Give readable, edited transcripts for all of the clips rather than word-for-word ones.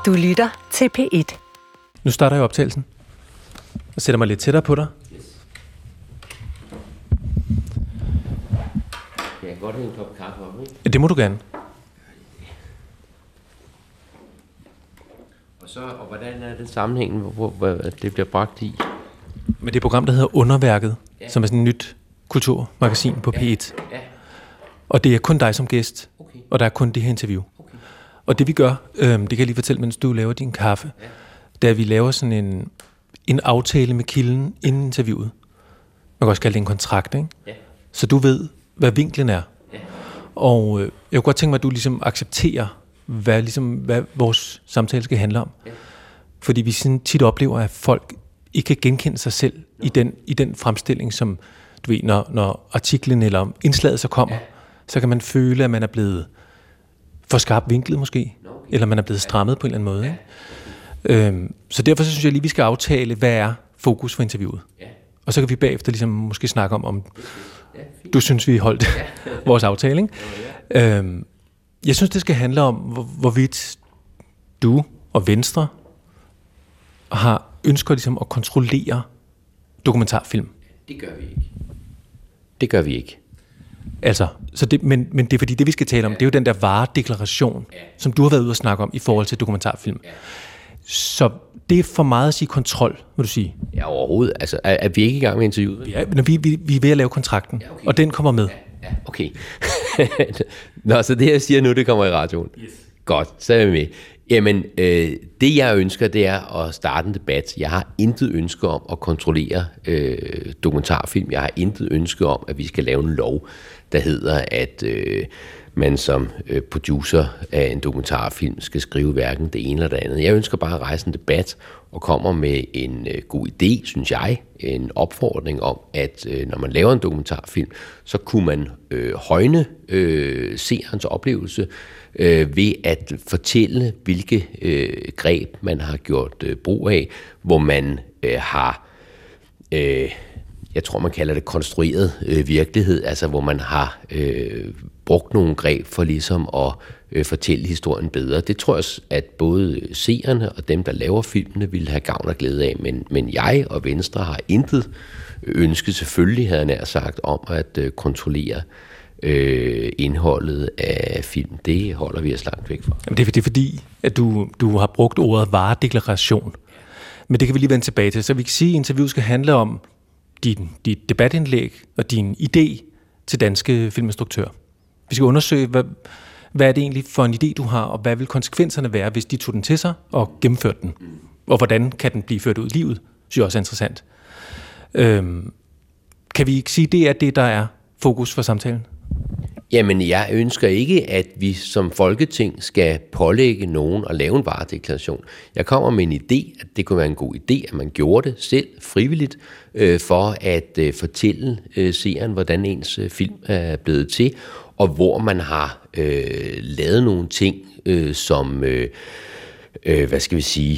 Du lytter til P1. Nu starter jeg optagelsen. Jeg sætter mig lidt tættere på dig. Jeg kan godt have en kop kaffe op, ikke? Ja, det må du gerne. Og hvordan er det sammenhængen, hvor det bliver bragt i? Med det program, der hedder Underværket, som er sådan et nyt kulturmagasin på P1. Ja. Og det er kun dig som gæst, Okay. og der er kun det her interview. Okay. Og det vi gør, det kan jeg lige fortælle, mens du laver din kaffe, da vi laver sådan en aftale med kilden inden interviewet. Man kan også kalde det en kontrakt, ikke? Ja. Så du ved, hvad vinklen er. Ja. Og jeg kunne godt tænke mig, at du ligesom accepterer, hvad vores samtale skal handle om. Ja. Fordi vi sådan tit oplever, at folk ikke kan genkende sig selv i den fremstilling, som du ved, når artiklen eller indslaget så kommer, så kan man føle, at man er blevet for skarpt vinklet måske, eller man er blevet strammet på en eller anden måde. Ikke? Så derfor så synes jeg lige, vi skal aftale, hvad er fokus for interviewet. Ja. Og så kan vi bagefter ligesom måske snakke om du synes, vi holdt vores aftale. Ikke? Jeg synes, det skal handle om, hvorvidt du og Venstre ønsker ligesom at kontrollere dokumentarfilm. Det gør vi ikke. Det gør vi ikke. Altså, men det er fordi, det vi skal tale om, det er jo den der varedeklaration, som du har været ude at snakke om i forhold til dokumentarfilm. Ja. Så det er for meget at sige kontrol, må du sige. Ja, overhovedet. Altså, er vi ikke i gang med interviewet? Ja, men vi er ved at lave kontrakten, okay. Og den kommer med. Ja, okay. Nå, så det jeg siger nu, det kommer i radioen. Yes. Godt, så er vi med. Jamen, det jeg ønsker, det er at starte en debat. Jeg har intet ønske om at kontrollere dokumentarfilm. Jeg har intet ønske om, at vi skal lave en lov, der hedder, at man som producer af en dokumentarfilm skal skrive hverken det ene eller det andet. Jeg ønsker bare at rejse en debat og kommer med en god idé, synes jeg, en opfordring om, at når man laver en dokumentarfilm, så kunne man højne seerens oplevelse ved at fortælle, hvilke greb man har gjort brug af, hvor man har, jeg tror man kalder det konstrueret virkelighed, altså hvor man har brugt nogle greb for ligesom at fortælle historien bedre. Det tror jeg, at både seerne og dem, der laver filmene, ville have gavn og glæde af, men jeg og Venstre har intet ønske, selvfølgelig havde jeg nær sagt, om at kontrollere indholdet af film. Det holder vi os langt væk fra. Jamen det er fordi, at du har brugt ordet varedeklaration. Men det kan vi lige vende tilbage til. Så vi kan sige, at interviewet skal handle om dit debatindlæg og din idé til danske filminstruktører. Vi skal undersøge, hvad er det egentlig for en idé, du har, og hvad vil konsekvenserne være, hvis de tog den til sig og gennemførte den? Og hvordan kan den blive ført ud i livet? Synes jeg også er interessant. Kan vi ikke sige, det er det, der er fokus for samtalen? Jamen, jeg ønsker ikke, at vi som Folketing skal pålægge nogen at lave en varedeklaration. Jeg kommer med en idé, at det kunne være en god idé, at man gjorde det selv frivilligt, for at fortælle seeren, hvordan ens film er blevet til, og hvor man har lavet nogle ting, som hvad skal vi sige,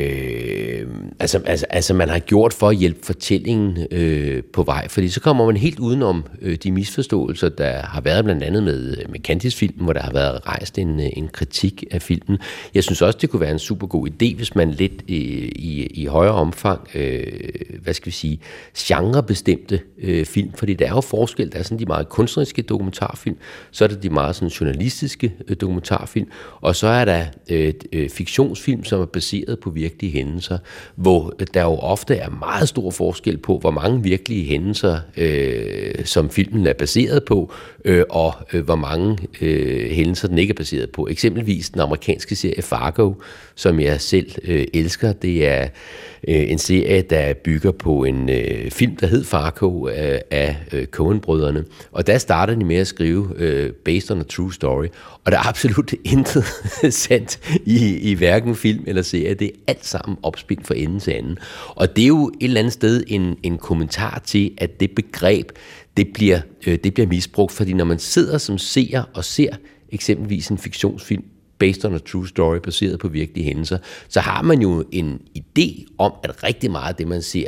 altså man har gjort for at hjælpe fortællingen på vej, fordi så kommer man helt udenom de misforståelser, der har været blandt andet med Candice-filmen, hvor der har været rejst en kritik af filmen. Jeg synes også, det kunne være en super god idé, hvis man lidt i højere omfang, hvad skal vi sige, genrebestemte film, fordi der er jo forskel, der er sådan de meget kunstneriske dokumentarfilm, så er der de meget sådan journalistiske dokumentarfilm, og så er der fiktionsfilm, som er baseret på virkelige hændelser, hvor der jo ofte er meget stor forskel på, hvor mange virkelige hændelser, som filmen er baseret på, og hvor mange hændelser den ikke er baseret på. Eksempelvis den amerikanske serie Fargo, som jeg selv elsker. Det er en serie, der bygger på en film, der hed Fargo af Coen-brødrene. Og der startede de med at skrive based on a true story. Og der er absolut intet sandt i hverken film eller serie. Det er alt sammen opspildt fra ende til anden. Og det er jo et eller andet sted en kommentar til, at det begreb, det bliver misbrugt. Fordi når man sidder som seer og ser eksempelvis en fiktionsfilm, based on a true story, baseret på virkelige hændelser, så har man jo en idé om, at rigtig meget af det, man ser,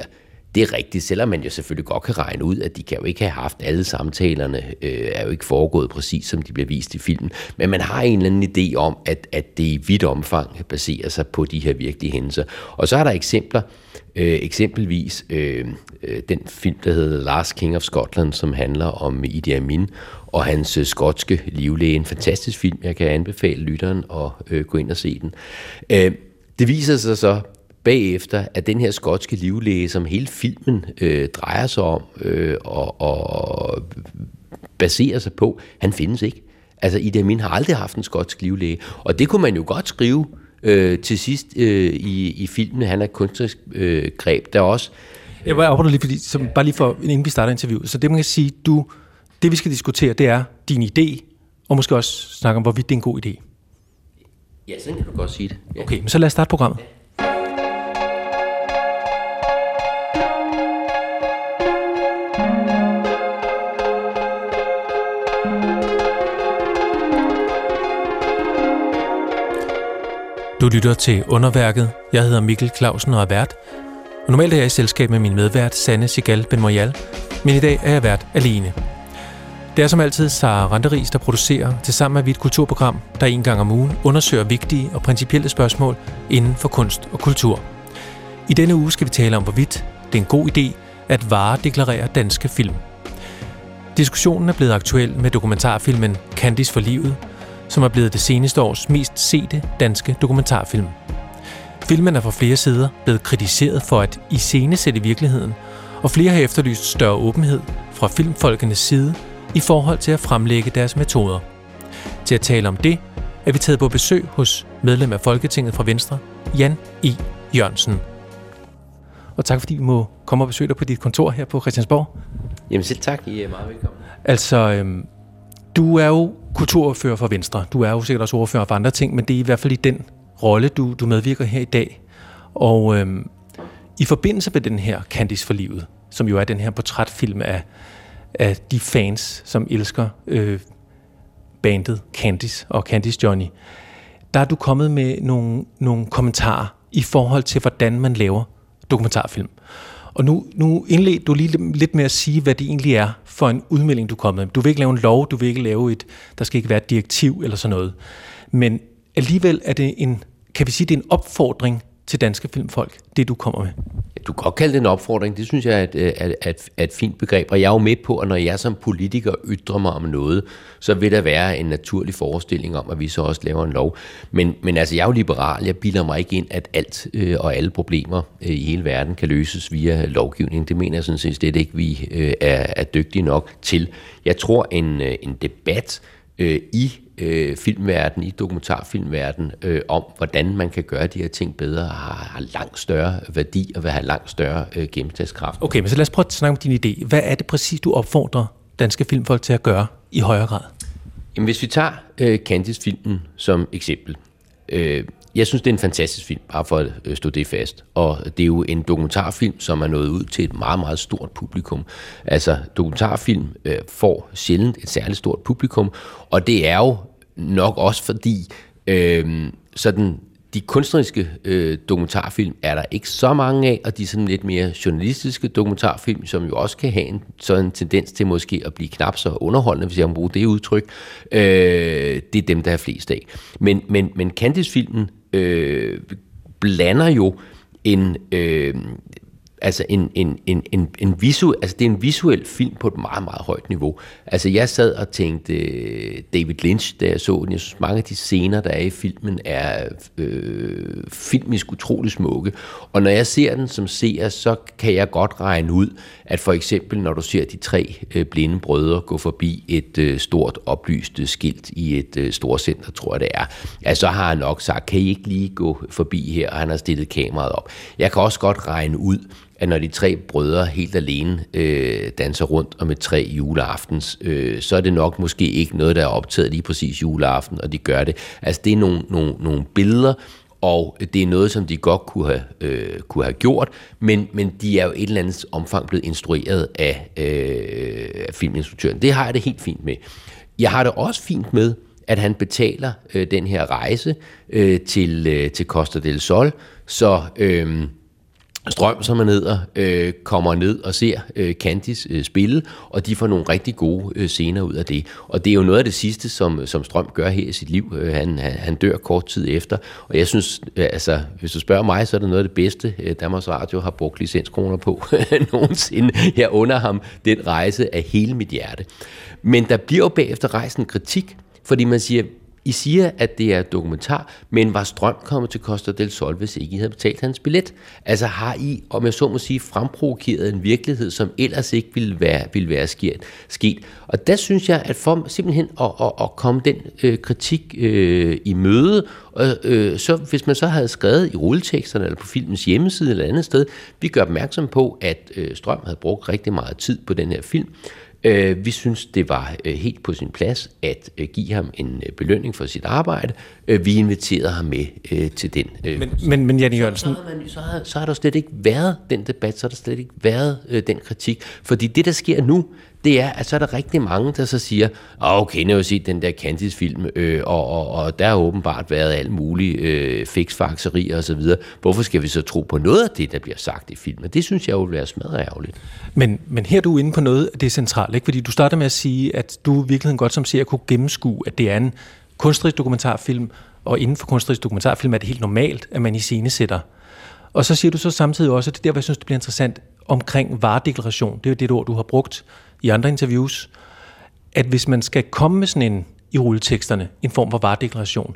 det er rigtigt, selvom man jo selvfølgelig godt kan regne ud, at de kan jo ikke have haft alle samtalerne, er jo ikke foregået præcis, som de bliver vist i filmen. Men man har en eller anden idé om, at det i vidt omfang baserer sig på de her virkelige hændelser. Og så er der eksempler, eksempelvis den film, der hedder The Last King of Scotland, som handler om Idi Amin og hans skotske livlæge. En fantastisk film, jeg kan anbefale lytteren at gå ind og se den. Det viser sig så bagefter, at den her skotske livlæge, som hele filmen drejer sig om og baserer sig på, han findes ikke. Altså, Idi Amin har aldrig haft en skotsk livlæge, og det kunne man jo godt skrive til sidst i filmen. Han er kunstnerisk greb der også. Jeg var afbrudt lige, fordi, bare lige for, inden vi starter interviewet, så det man kan sige, det vi skal diskutere, det er din idé, og måske også snakke om, hvorvidt det er en god idé. Ja, sådan kan du godt sige det. Ja. Okay, men så lad os starte programmet. Du lytter til Underværket. Jeg hedder Mikkel Clausen og er vært. Og normalt er jeg i selskab med min medvært, Sanne Sigal Ben-Moyal, men i dag er jeg vært alene. Det er som altid Sara Randeris, der producerer tilsammen med et kulturprogram, der en gang om ugen undersøger vigtige og principielle spørgsmål inden for kunst og kultur. I denne uge skal vi tale om, hvorvidt det er en god idé at varedeklarere danske film. Diskussionen er blevet aktuel med dokumentarfilmen Kandis for livet, som er blevet det seneste års mest sete danske dokumentarfilm. Filmen er fra flere sider blevet kritiseret for at iscenesætte virkeligheden, og flere har efterlyst større åbenhed fra filmfolkenes side i forhold til at fremlægge deres metoder. Til at tale om det er vi taget på besøg hos medlem af Folketinget fra Venstre, Jan E. Jørgensen. Og tak fordi vi må komme og besøge dig på dit kontor her på Christiansborg. Jamen selv tak, I er meget velkommen. Altså, du er jo kulturordfører for Venstre. Du er jo sikkert også ordfører for andre ting, men det er i hvert fald i den rolle, du medvirker her i dag. Og i forbindelse med den her Kandis for livet, som jo er den her portrætfilm af de fans, som elsker bandet Kandis og Kandis Johnny, der er du kommet med nogle kommentarer i forhold til, hvordan man laver dokumentarfilm. Og nu indledte du lige lidt med at sige, hvad det egentlig er for en udmelding, du er kommet med. Du vil ikke lave en lov, du vil ikke lave der skal ikke være et direktiv eller sådan noget. Men alligevel er det kan vi sige, det er en opfordring til danske filmfolk, det du kommer med. Du kan godt kalde det en opfordring, det synes jeg er et fint begreb, og jeg er jo med på, at når jeg som politiker ytrer mig om noget, så vil der være en naturlig forestilling om, at vi så også laver en lov. Men altså, jeg er jo liberal, jeg bilder mig ikke ind, at alt og alle problemer i hele verden kan løses via lovgivning. Det mener jeg sådan set slet ikke, vi er dygtige nok til. Jeg tror, en debat i filmverden, i dokumentarfilmverden, om hvordan man kan gøre de her ting bedre, har langt større værdi og vil have langt større gennemslagskraft. Okay, men så lad os prøve at snakke om din idé. Hvad er det præcis, du opfordrer danske filmfolk til at gøre i højere grad? Jamen, hvis vi tager Kandis-filmen som eksempel. Jeg synes, det er en fantastisk film, bare for at stå det fast. Og det er jo en dokumentarfilm, som er nået ud til et meget, meget stort publikum. Altså, dokumentarfilm får sjældent et særligt stort publikum, og det er jo nok også fordi, sådan de kunstneriske dokumentarfilm er der ikke så mange af, og de sådan lidt mere journalistiske dokumentarfilm, som jo også kan have en sådan tendens til måske at blive knap så underholdende, hvis jeg må bruge det udtryk, det er dem, der er flest af. Men Kandis-filmen blander jo en det er en visuel film på et meget, meget højt niveau. Altså, jeg sad og tænkte David Lynch, da jeg så den. Jeg synes, mange af de scener, der er i filmen, er filmisk utrolig smukke. Og når jeg ser den som seer, så kan jeg godt regne ud, at for eksempel, når du ser de 3 blinde brødre gå forbi et stort oplyst skilt i et storcenter, tror jeg det er, altså, så har han nok sagt, kan I ikke lige gå forbi her, og han har stillet kameraet op. Jeg kan også godt regne ud, at når de 3 brødre helt alene danser rundt om et træ juleaftens, så er det nok måske ikke noget, der er optaget lige præcis juleaften, og de gør det. Altså, det er nogle billeder, og det er noget, som de godt kunne have gjort, men de er jo et eller andet omfang blevet instrueret af filminstruktøren. Det har jeg det helt fint med. Jeg har det også fint med, at han betaler den her rejse til Costa del Sol, Strøm, som han hedder, kommer ned og ser Candice spille, og de får nogle rigtig gode scener ud af det. Og det er jo noget af det sidste, som Strøm gør her i sit liv. Han dør kort tid efter, og jeg synes, altså, hvis du spørger mig, så er det noget af det bedste, Danmarks Radio har brugt licenskroner på nogensinde. Jeg under ham den rejse af hele mit hjerte. Men der bliver jo bagefter rejst en kritik, fordi man siger, I siger, at det er dokumentar, men var Strøm kommet til Costa del Sol, hvis ikke I havde betalt hans billet? Altså har I, om jeg så må sige, fremprovokeret en virkelighed, som ellers ikke ville være sket? Og der synes jeg, at for simpelthen at komme den kritik i møde, så hvis man så havde skrevet i rulleteksterne eller på filmens hjemmeside eller andet sted, vi gør opmærksom på, at Strøm havde brugt rigtig meget tid på den her film. Vi synes, det var helt på sin plads at give ham en belønning for sit arbejde. Vi inviterede ham med til den. Men Jan E. Jørgensen... Så har der slet ikke været den debat, så har der slet ikke været den kritik. Fordi det, der sker nu, det er, at så er der rigtig mange, der så siger, okay, nu har jeg set den der Candice-film, og der har åbenbart været alt muligt fiksfakserier og så videre. Hvorfor skal vi så tro på noget af det, der bliver sagt i filmen? Det synes jeg jo vil være smadret ærgerligt. Men her er du inde på noget, det er centralt, ikke? Fordi du starter med at sige, at du virkelig godt som ser kunne gennemskue, at det er en kunstnerisk dokumentarfilm, og inden for kunstnerisk dokumentarfilm er det helt normalt, at man iscenesætter. Og så siger du så samtidig også, at det er der, hvor jeg synes, det bliver interessant, omkring varedeklaration. Det er jo det ord, du har brugt i andre interviews, at hvis man skal komme med sådan en, i rulleteksterne, en form for varedeklaration,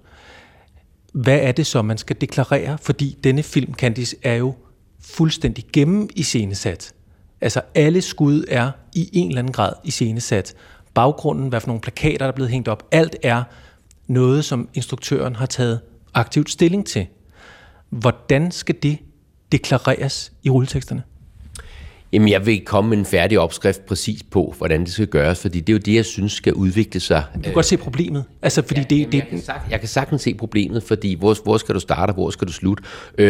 hvad er det så, man skal deklarere? Fordi denne film, Candice, er jo fuldstændig gennemiscenesat. Altså alle skud er i en eller anden grad iscenesat. Baggrunden, hvad for nogle plakater, der er blevet hængt op, alt er noget, som instruktøren har taget aktivt stilling til. Hvordan skal det deklareres i rulleteksterne? Jamen, jeg vil komme med en færdig opskrift præcis på, hvordan det skal gøres, fordi det er jo det, jeg synes skal udvikle sig. Du kan godt se problemet. Altså, fordi jeg kan sagtens se problemet, fordi hvor skal du starte, og hvor skal du slutte?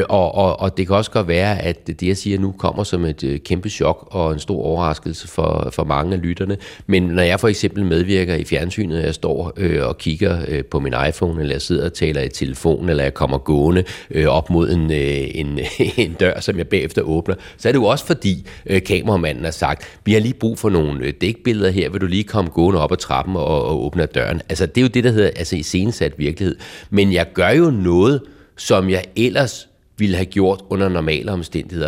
Og det kan også godt være, at det, jeg siger nu, kommer som et kæmpe chok og en stor overraskelse for mange af lytterne. Men når jeg for eksempel medvirker i fjernsynet, og jeg står og kigger på min iPhone, eller jeg sidder og taler i telefon, eller jeg kommer gående op mod en dør, som jeg bagefter åbner, så er det jo også fordi, kameramanden har sagt, vi har lige brug for nogle dækbilleder her, vil du lige komme gående op ad trappen og åbne døren. Altså det er jo det, der hedder iscenesat virkelighed. Men jeg gør jo noget, som jeg ellers ville have gjort under normale omstændigheder.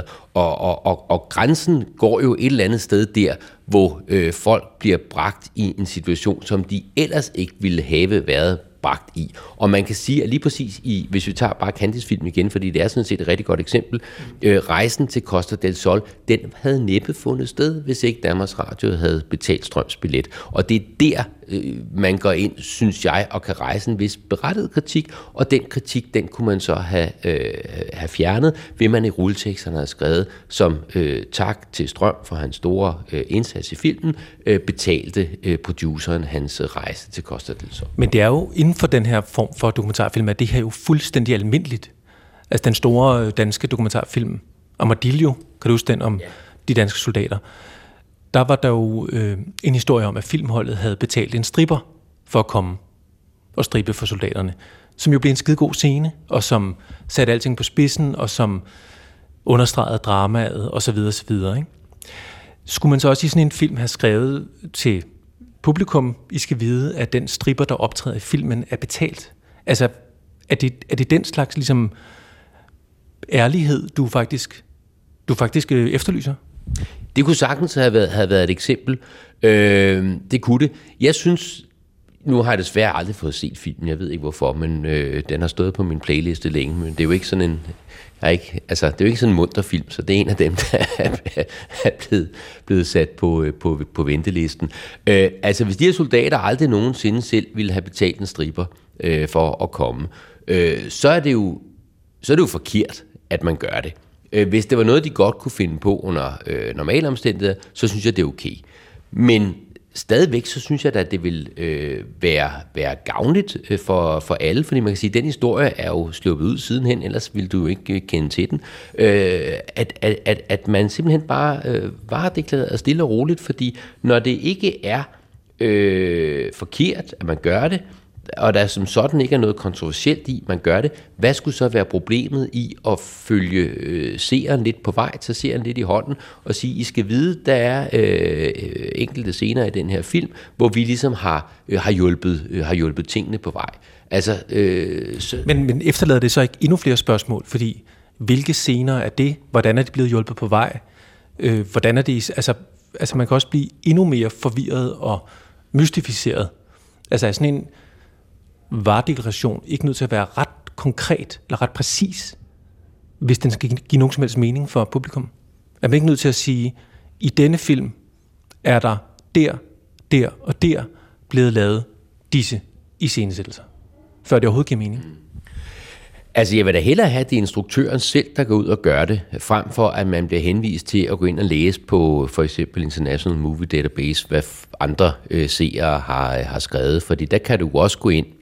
Og grænsen går jo et eller andet sted der, hvor folk bliver bragt i en situation, som de ellers ikke ville have været bragt i. Og man kan sige, at lige præcis hvis vi tager bare Candice-film igen, fordi det er sådan set et rigtig godt eksempel, rejsen til Costa del Sol, den havde næppe fundet sted, hvis ikke Danmarks Radio havde betalt Strøms billet. Og det er der, man går ind, synes jeg, og kan rejse en vis berettiget kritik, og den kritik, den kunne man så have fjernet, ved man i rulleteksterne har skrevet, som tak til Strøm for hans store indsats i filmen, betalte produceren hans rejse til Costa del Sol. Men det er jo inden for den her form for dokumentarfilm, at det her er jo fuldstændig almindeligt. Altså den store danske dokumentarfilm, Armadillo, kan du huske den om de danske soldater? Der var der jo en historie om, at filmholdet havde betalt en stripper for at komme og strippe for soldaterne, som jo blev en skidegod scene, og som satte alting på spidsen, og som understregede dramaet, og så videre, så videre, ikke? Skulle man så også i sådan en film have skrevet til publikum, I skal vide, at den stripper, der optræder i filmen, er betalt? Altså, er det den slags ligesom ærlighed, du faktisk efterlyser? Det kunne sagtens have været et eksempel. Det kunne det. Jeg synes, nu har jeg desværre aldrig fået set filmen, jeg ved ikke hvorfor, men den har stået på min playliste længe, men det er jo ikke sådan en... det er jo ikke sådan en munter film, så det er en af dem, der er blevet sat på ventelisten. Hvis de her soldater aldrig nogensinde selv ville have betalt en stripper for at komme, så er det jo forkert, at man gør det. Hvis det var noget, de godt kunne finde på under normale omstændigheder, så synes jeg, det er okay. Men stadigvæk, så synes jeg, at det vil være gavnligt for alle, fordi man kan sige, at den historie er jo sluppet ud sidenhen, ellers vil du jo ikke kende til den. At man simpelthen bare deklareret stille og roligt, fordi når det ikke er forkert, at man gør det, og der som sådan ikke er noget kontroversielt i, man gør det, hvad skulle så være problemet i at følge seeren lidt på vej, tage seeren lidt i hånden, og sige, I skal vide, der er enkelte scener i den her film, hvor vi ligesom har hjulpet tingene på vej. Altså, men efterlader det så ikke endnu flere spørgsmål, fordi hvilke scener er det? Hvordan er de blevet hjulpet på vej? Hvordan er det? Altså man kan også blive endnu mere forvirret og mystificeret. Altså er sådan en varedeklaration ikke nødt til at være ret konkret eller ret præcis, hvis den skal give nogen som helst mening for publikum? Er man ikke nødt til at sige, i denne film er der der og der blevet lavet disse iscenesættelser, før det overhovedet giver mening? Altså, jeg vil da hellere have, det instruktøren selv, der går ud og gør det, frem for at man bliver henvist til at gå ind og læse på for eksempel International Movie Database, hvad andre seere har skrevet. Fordi der kan du også gå ind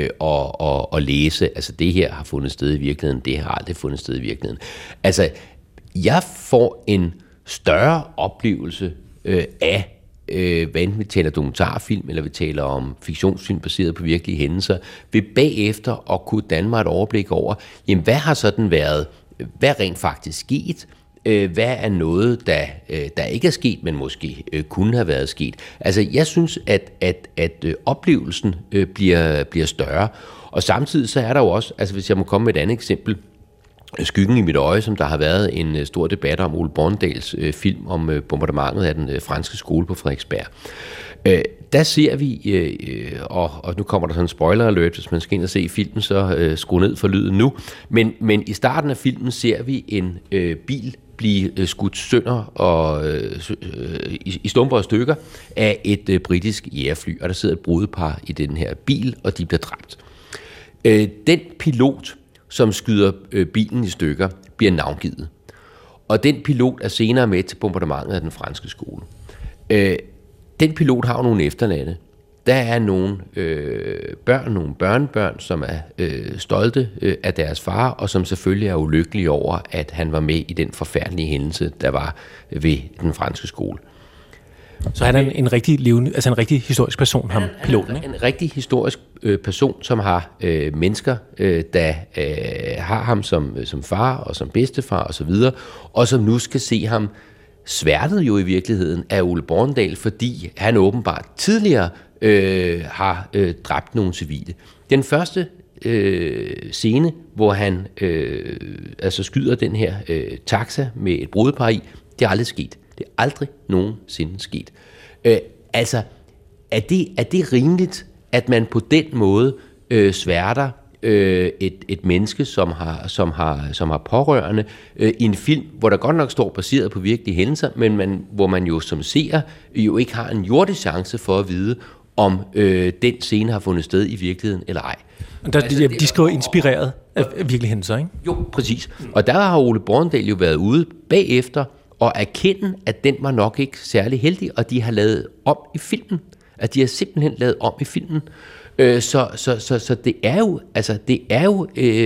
og læse, altså det her har fundet sted i virkeligheden, det har aldrig fundet sted i virkeligheden. Altså, jeg får en større oplevelse af, hvad enten vi taler dokumentarfilm, eller vi taler om fiktionsfilm baseret på virkelige hændelser, ved bagefter at kunne danne mig et overblik over, jamen hvad har sådan været, hvad er rent faktisk sket, hvad er noget, der ikke er sket, men måske kunne have været sket. Altså jeg synes, at oplevelsen bliver større, og samtidig så er der jo også, altså hvis jeg må komme med et andet eksempel, Skyggen i mit øje, som der har været en stor debat om Ole Bornedals film om bombardementet af den franske skole på Frederiksberg. Der ser vi, og nu kommer der sådan en spoiler alert, hvis man skal ind og se filmen, så skru ned for lyden nu, men i starten af filmen ser vi en bil blive skudt sønder og i stumper og stykker af et britisk jægerfly, og der sidder et brudepar i den her bil, og de bliver dræbt. Den pilot, som skyder bilen i stykker, bliver navngivet. Og den pilot er senere med til bombardementet af den franske skole. Den pilot har jo nogle efterladte. Der er nogle børn, nogle børnebørn, som er stolte af deres far, og som selvfølgelig er ulykkelige over, at han var med i den forfærdelige hændelse, der var ved den franske skole. Så han er en rigtig levende, altså en rigtig historisk person, ham piloten, ikke? En rigtig historisk person, som har mennesker, der har ham som far og som bedstefar og så videre, og som nu skal se ham sværtet jo i virkeligheden af Ole Bornedal, fordi han åbenbart tidligere har dræbt nogle civile. Den første scene, hvor han altså skyder den her taxa med et brudepar i, det er aldrig sket. Det er aldrig nogensinde sket. Altså, er det rimeligt, at man på den måde sværter et menneske, som har pårørende, i en film, hvor der godt nok står baseret på virkelige hændelser, men hvor man jo som seer jo ikke har en jordisk chance for at vide, om den scene har fundet sted i virkeligheden eller ej. De skriver inspireret af virkelige hændelser, ikke? Jo, præcis. Og der har Ole Bornedal jo været ude bagefter og erkende, at den var nok ikke særlig heldig, og de har lavet om i filmen. At de har simpelthen lavet om i filmen. Så det er jo, altså det er jo,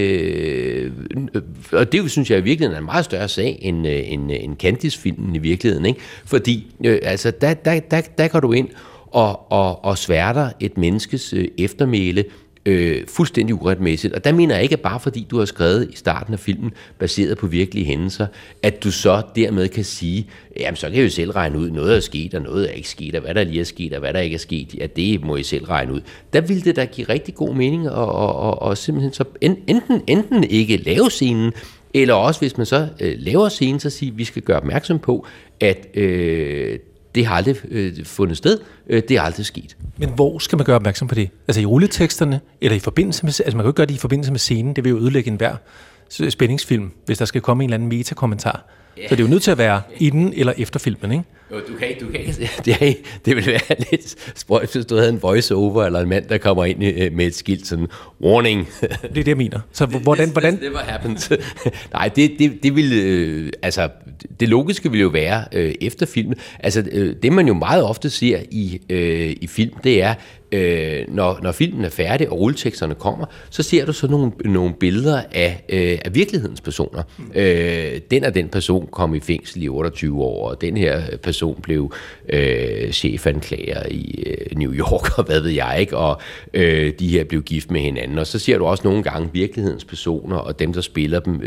og det synes jeg i virkeligheden er en meget større sag end Candice-filmen i virkeligheden, ikke? Fordi altså der går du ind og sværter et menneskes eftermæle fuldstændig uretmæssigt. Og der mener jeg ikke bare, fordi du har skrevet i starten af filmen, baseret på virkelige hændelser, at du så dermed kan sige, jamen så kan jeg jo selv regne ud, noget er sket, og noget er ikke sket, og hvad der lige er sket, og hvad der ikke er sket, at det må I selv regne ud. Der ville det da give rigtig god mening, og simpelthen så enten ikke lave scenen, eller også hvis man så laver scenen, så siger vi skal gøre opmærksom på, at det har aldrig fundet sted. Det er aldrig sket. Men hvor skal man gøre opmærksom på det? Altså i rulleteksterne, eller i forbindelse med... Altså man kan jo ikke gøre det i forbindelse med scenen. Det vil jo ødelægge enhver spændingsfilm, hvis der skal komme en eller anden metakommentar. Yeah. Så det er jo nødt til at være i den eller efter filmen, ikke? Jo, du kan ikke. Det vil være lidt spøjt, hvis du havde en voice-over, eller en mand, der kommer ind med et skilt sådan, warning. Det er det, jeg mener. Så hvordan? This never happens. Nej, det vil, altså, det logiske vil jo være efter filmen. Altså, det man jo meget ofte ser i film, det er, når filmen er færdig, og rulleteksterne kommer, så ser du så nogle billeder af virkelighedens personer. Den og den person kom i fængsel i 28 år, og den her person person blev chefanklager i New York, og hvad ved jeg, ikke? Og de her blev gift med hinanden. Og så ser du også nogle gange virkelighedens personer, og dem, der spiller dem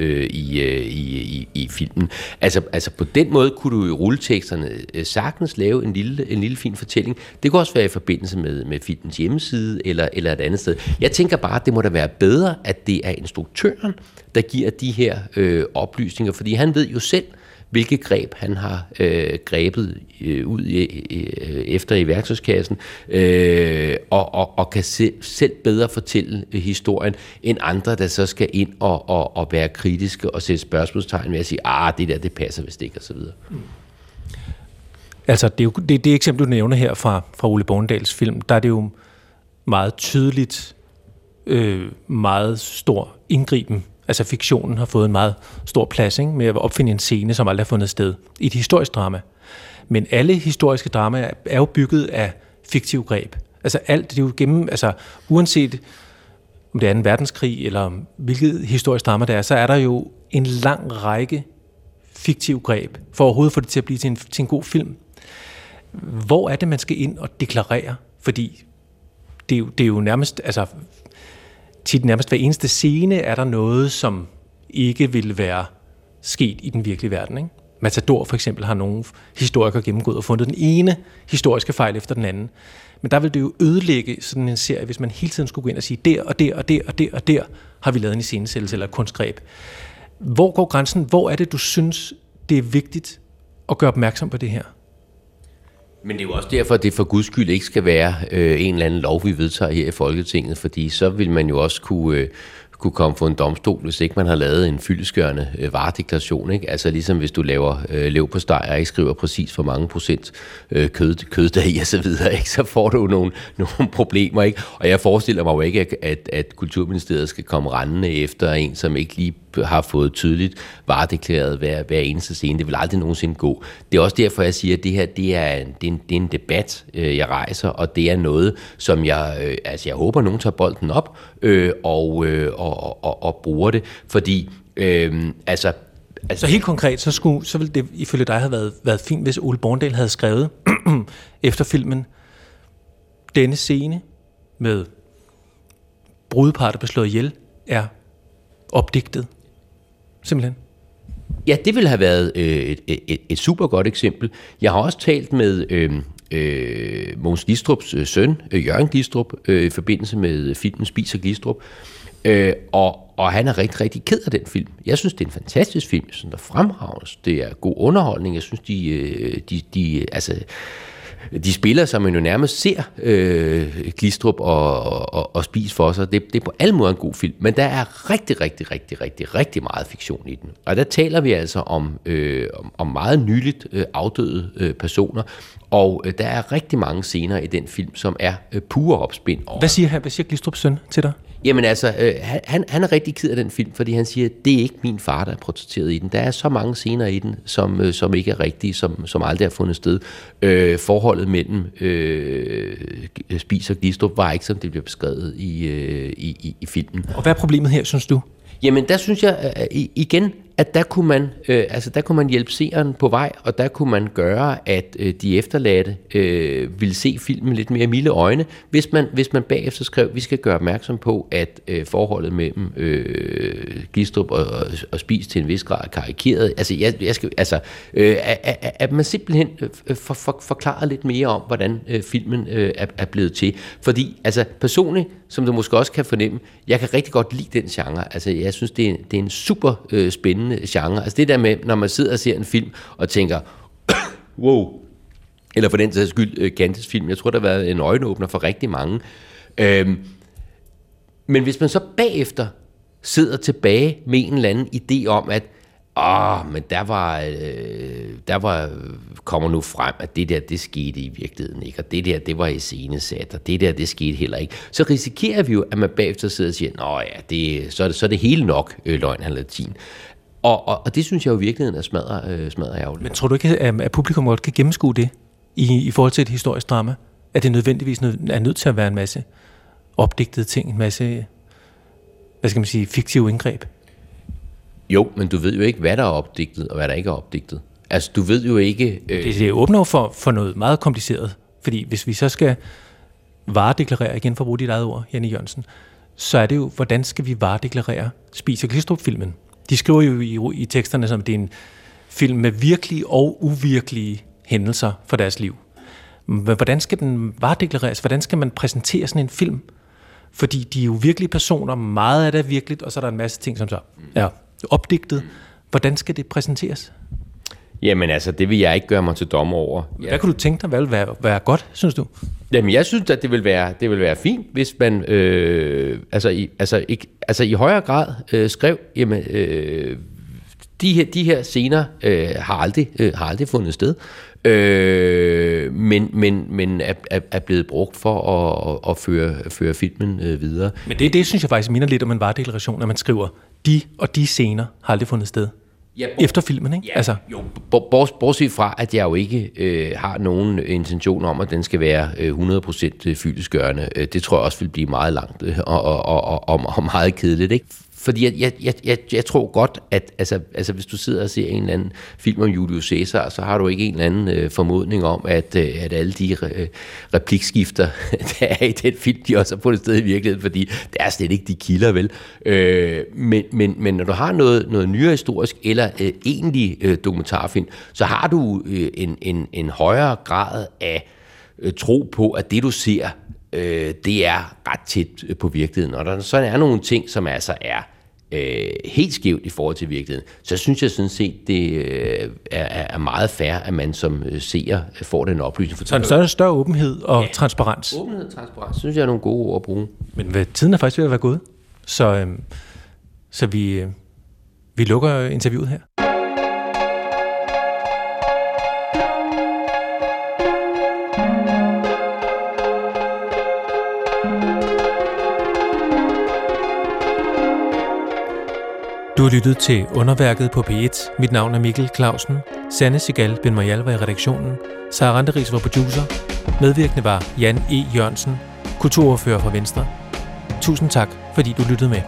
i filmen. Altså på den måde kunne du i rulleteksterne sagtens lave en lille fin fortælling. Det kunne også være i forbindelse med filmens hjemmeside, eller et andet sted. Jeg tænker bare, at det må da være bedre, at det er instruktøren, der giver de her oplysninger, fordi han ved jo selv, hvilke greb han har grebet ud efter i værktøjskassen, og kan selv bedre fortælle historien, end andre, der så skal ind og være kritiske og sætte spørgsmålstegn ved at sige, det passer vist ikke, og så videre. Altså, det eksempel, du nævner her fra Ole Bornedals film, der er det jo meget tydeligt, meget stor indgriben. Altså fiktionen har fået en meget stor plads, ikke, med at opfinde en scene, som aldrig har fundet sted i et historisk drama. Men alle historiske dramaer er jo bygget af fiktive greb. Altså alt, det er jo gennem, altså uanset om det er 2. verdenskrig, eller hvilket historisk drama det er, så er der jo en lang række fiktive greb, for overhovedet få det til at blive til en god film. Hvor er det, man skal ind og deklarere? Fordi det er jo nærmest, altså tit nærmest hver eneste scene er der noget, som ikke ville være sket i den virkelige verden, ikke? Matador for eksempel har nogle historikere gennemgået og fundet den ene historiske fejl efter den anden. Men der vil det jo ødelægge sådan en serie, hvis man hele tiden skulle gå ind og sige, der og der og der og der og der har vi lavet en iscenesættelse eller et kunstgreb. Hvor går grænsen? Hvor er det, du synes, det er vigtigt at gøre opmærksom på det her? Men det er jo også derfor, at det for guds skyld ikke skal være en eller anden lov, vi vedtager her i Folketinget, fordi så vil man jo også kunne komme for en domstol, hvis ikke man har lavet en fyldestgørende varedeklaration, ikke? Altså ligesom hvis du laver leverpostej og ikke skriver præcis hvor mange procent kød der i og så videre, ikke? Så får du nogle problemer, ikke? Og jeg forestiller mig jo ikke, at Kulturministeriet skal komme rendende efter en, som ikke lige har fået tydeligt varedeklareret hver eneste scene. Det vil aldrig nogensinde gå. Det er også derfor, jeg siger, at det her det er en debat, jeg rejser, og det er noget, som jeg håber, nogen tager bolden op og bruger det, fordi Så helt konkret, så ville det ifølge dig have været fint, hvis Ole Bornedal havde skrevet efter filmen, denne scene med brudepar, der blev slået ihjel, er opdigtet. Simpelthen. Ja, det ville have været et super godt eksempel. Jeg har også talt med Mogens Glistrups søn, Jørgen Glistrup, i forbindelse med filmen Spies og Glistrup, og han er rigtig, rigtig ked af den film. Jeg synes, det er en fantastisk film. Jeg synes, der fremragende. Det er god underholdning. Jeg synes, de spiller, som man jo nærmest ser Glistrup og Spies for sig. Det er på alle måder en god film, men der er rigtig meget fiktion i den. Og der taler vi altså om meget nyligt afdøde personer, og der er rigtig mange scener i den film, som er pure opspind. Hvad siger Glistrups søn til dig? Jamen altså, han er rigtig ked af den film, fordi han siger, det er ikke min far, der er portrætteret i den. Der er så mange scener i den, som ikke er rigtige, som aldrig har fundet sted. Forholdet mellem Spies og Glistrup var ikke, som det bliver beskrevet i filmen. Og hvad er problemet her, synes du? Jamen, der synes jeg igen, at der kunne man hjælpe seeren på vej, og der kunne man gøre, at de efterladte ville se filmen lidt mere milde øjne, hvis man bagefter skrev, vi skal gøre opmærksom på, at forholdet mellem Glistrup og Spies til en vis grad er karikeret. Altså, at man simpelthen forklarer lidt mere om, hvordan filmen er blevet til. Fordi, altså personligt, som du måske også kan fornemme, jeg kan rigtig godt lide den genre. Altså, jeg synes, det er en super spændende genre. Altså det der med, når man sidder og ser en film og tænker, wow, eller for den sags skyld, Candice film, jeg tror, der har været en øjenåbner for rigtig mange. Men hvis man så bagefter sidder tilbage med en eller anden idé om, at men der kommer nu frem, at det der, det skete i virkeligheden ikke, og det der, det var iscenesat, og det der, det skete heller ikke. Så risikerer vi jo, at man bagefter sidder og siger, så er det hele nok løgn eller latin. Og det synes jeg jo i virkeligheden er smadret ærgerligt. Men tror du ikke, at publikum godt kan gennemskue det i forhold til et historisk drama? At det nødvendigvis er nødt til at være en masse opdigtede ting, en masse, hvad skal man sige, fiktive indgreb? Jo, men du ved jo ikke, hvad der er opdigtet, og hvad der ikke er opdigtet. Altså, du ved jo ikke... Det åbner for noget meget kompliceret, fordi hvis vi så skal varedeklarere, igen for at bruge dit eget ord, Janne Jørgensen, så er det jo, hvordan skal vi varedeklarere Spies og Glistrup-filmen? De skriver jo i teksterne, som det er en film med virkelige og uvirkelige hændelser for deres liv. Men hvordan skal den varedeklareres? Hvordan skal man præsentere sådan en film? Fordi de er jo virkelige personer, meget af det er virkeligt, og så er der en masse ting, som så er opdigtet. Hvordan skal det præsenteres? Jamen altså, det vil jeg ikke gøre mig til dommer over. Hvad kunne du tænke dig, hvad vil være godt, synes du? Jamen, jeg synes, at det vil være fint, hvis man i højere grad skrev, jamen, de her scener har aldrig fundet sted, men er blevet brugt for at føre filmen videre. Men det synes jeg faktisk minder lidt om en varedeklaration, når man skriver, de og de scener har aldrig fundet sted. Ja, efter filmen, ikke? Ja, altså. Jo, bortset fra, at jeg jo ikke har nogen intention om, at den skal være 100% fyldestgørende. Det tror jeg også vil blive meget langt og meget kedeligt, ikke? Fordi jeg tror godt, at altså, hvis du sidder og ser en eller anden film om Julius Caesar, så har du ikke en eller anden formodning om, at alle de replikskifter, der er i den film, de også har fundet sted i virkeligheden, fordi det er slet ikke de kilder, vel? Men når du har noget nyere historisk eller egentlig dokumentarfilm, så har du en højere grad af tro på, at det du ser, det er ret tæt på virkeligheden. Og der så er nogle ting, som altså er helt skævt i forhold til virkeligheden, så synes jeg sådan set, det er meget fair, at man som seer får den oplysning. Så en større åbenhed og transparens. Åbenhed og transparens, synes jeg er nogle gode ord at bruge. Men tiden er faktisk ved at være gået, så vi lukker interviewet her. Du har lyttet til Underværket på P1. Mit navn er Mikkel Clausen. Sanne Sigal Ben-Marial var i redaktionen. Sara Randeris var producer. Medvirkende var Jan E. Jørgensen, kulturordfører fra Venstre. Tusind tak, fordi du lyttede med.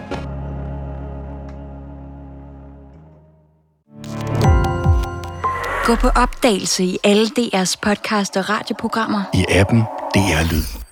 Gå på opdagelse i alle DR's podcast og radioprogrammer. I appen DR Lyd.